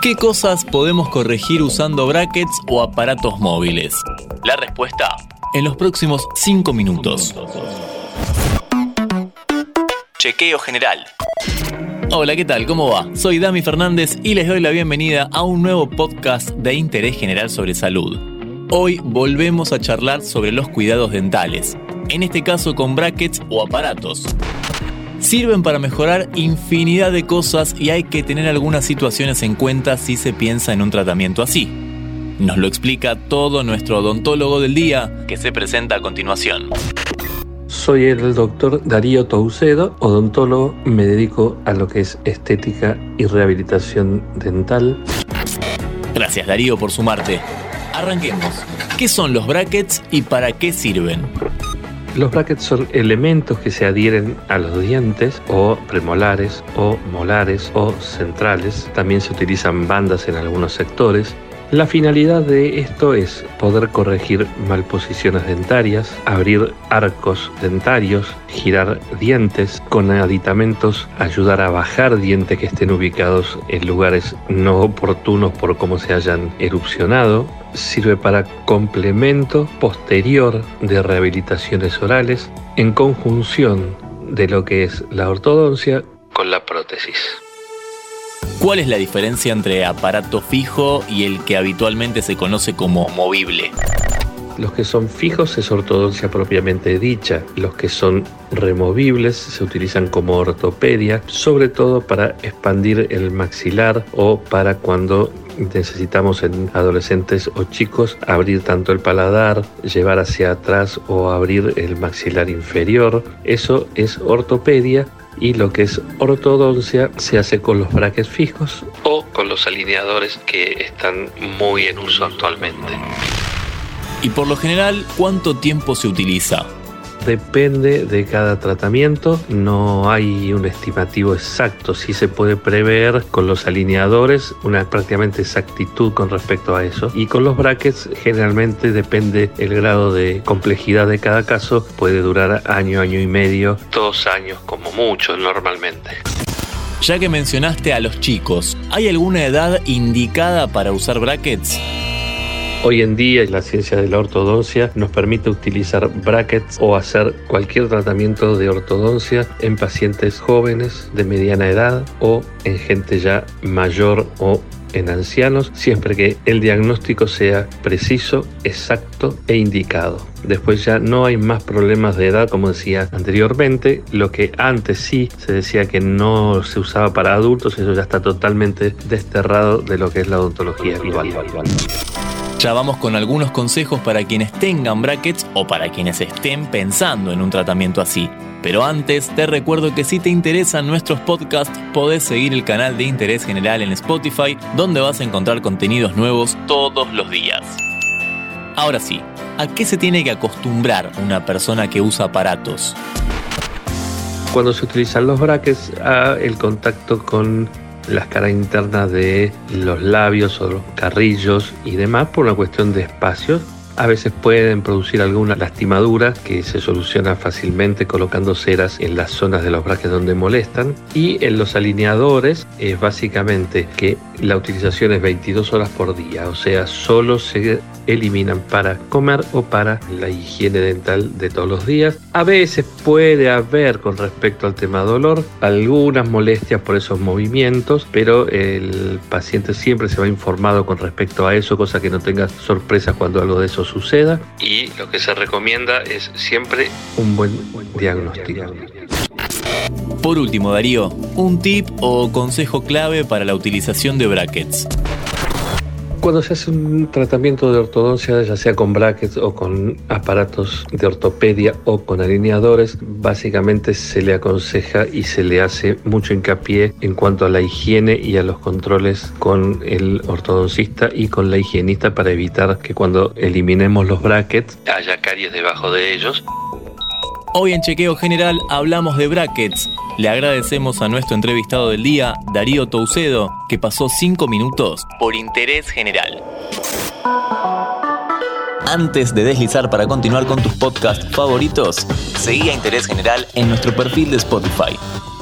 ¿Qué cosas podemos corregir usando brackets o aparatos móviles? La respuesta en los próximos 5 minutos. Chequeo general. Hola, ¿qué tal? ¿Cómo va? Soy Dami Fernández y les doy la bienvenida a un nuevo podcast de interés general sobre salud. Hoy volvemos a charlar sobre los cuidados dentales, en este caso con brackets o aparatos. Sirven para mejorar infinidad de cosas y hay que tener algunas situaciones en cuenta si se piensa en un tratamiento así. Nos lo explica todo nuestro odontólogo del día, que se presenta a continuación. Soy el doctor Darío Toucedo, odontólogo, me dedico a lo que es estética y rehabilitación dental. Gracias, Darío, por sumarte. Arranquemos. ¿Qué son los brackets y para qué sirven? Los brackets son elementos que se adhieren a los dientes o premolares o molares o centrales. También se utilizan bandas en algunos sectores. La finalidad de esto es poder corregir malposiciones dentarias, abrir arcos dentarios, girar dientes con aditamentos, ayudar a bajar dientes que estén ubicados en lugares no oportunos por cómo se hayan erupcionado. Sirve para complemento posterior de rehabilitaciones orales en conjunción de lo que es la ortodoncia con la prótesis. ¿Cuál es la diferencia entre aparato fijo y el que habitualmente se conoce como movible? Los que son fijos es ortodoncia propiamente dicha. Los que son removibles se utilizan como ortopedia, sobre todo para expandir el maxilar o para cuando necesitamos en adolescentes o chicos abrir tanto el paladar, llevar hacia atrás o abrir el maxilar inferior. Eso es ortopedia. Y lo que es ortodoncia se hace con los brackets fijos o con los alineadores que están muy en uso actualmente. Y por lo general, ¿cuánto tiempo se utiliza? Depende de cada tratamiento, no hay un estimativo exacto. Sí se puede prever con los alineadores una prácticamente exactitud con respecto a eso. Y con los brackets generalmente depende el grado de complejidad de cada caso. Puede durar año, año y medio, 2 años como mucho normalmente. Ya que mencionaste a los chicos, ¿hay alguna edad indicada para usar brackets? Hoy en día la ciencia de la ortodoncia nos permite utilizar brackets o hacer cualquier tratamiento de ortodoncia en pacientes jóvenes de mediana edad o en gente ya mayor o en ancianos, siempre que el diagnóstico sea preciso, exacto e indicado. Después ya no hay más problemas de edad, como decía anteriormente. Lo que antes sí se decía que no se usaba para adultos, eso ya está totalmente desterrado de lo que es la odontología actual. Ya vamos con algunos consejos para quienes tengan brackets o para quienes estén pensando en un tratamiento así. Pero antes, te recuerdo que si te interesan nuestros podcasts, podés seguir el canal de Interés General en Spotify, donde vas a encontrar contenidos nuevos todos los días. Ahora sí, ¿a qué se tiene que acostumbrar una persona que usa aparatos? Cuando se utilizan los brackets, el contacto con las caras internas de los labios o los carrillos y demás por una cuestión de espacios. A veces pueden producir alguna lastimadura que se soluciona fácilmente colocando ceras en las zonas de los brackets donde molestan. Y en los alineadores es básicamente que la utilización es 22 horas por día, o sea, solo se eliminan para comer o para la higiene dental de todos los días. A veces puede haber, con respecto al tema dolor, algunas molestias por esos movimientos, pero el paciente siempre se va informado con respecto a eso, cosa que no tenga sorpresas cuando algo de eso suceda. Y lo que se recomienda es siempre un buen diagnóstico. Por último, Darío, un tip o consejo clave para la utilización de brackets. Cuando se hace un tratamiento de ortodoncia, ya sea con brackets o con aparatos de ortopedia o con alineadores, básicamente se le aconseja y se le hace mucho hincapié en cuanto a la higiene y a los controles con el ortodoncista y con la higienista para evitar que cuando eliminemos los brackets haya caries debajo de ellos. Hoy en Chequeo General hablamos de brackets. Le agradecemos a nuestro entrevistado del día, Darío Toucedo, que pasó 5 minutos por Interés General. Antes de deslizar para continuar con tus podcasts favoritos, seguí a Interés General en nuestro perfil de Spotify.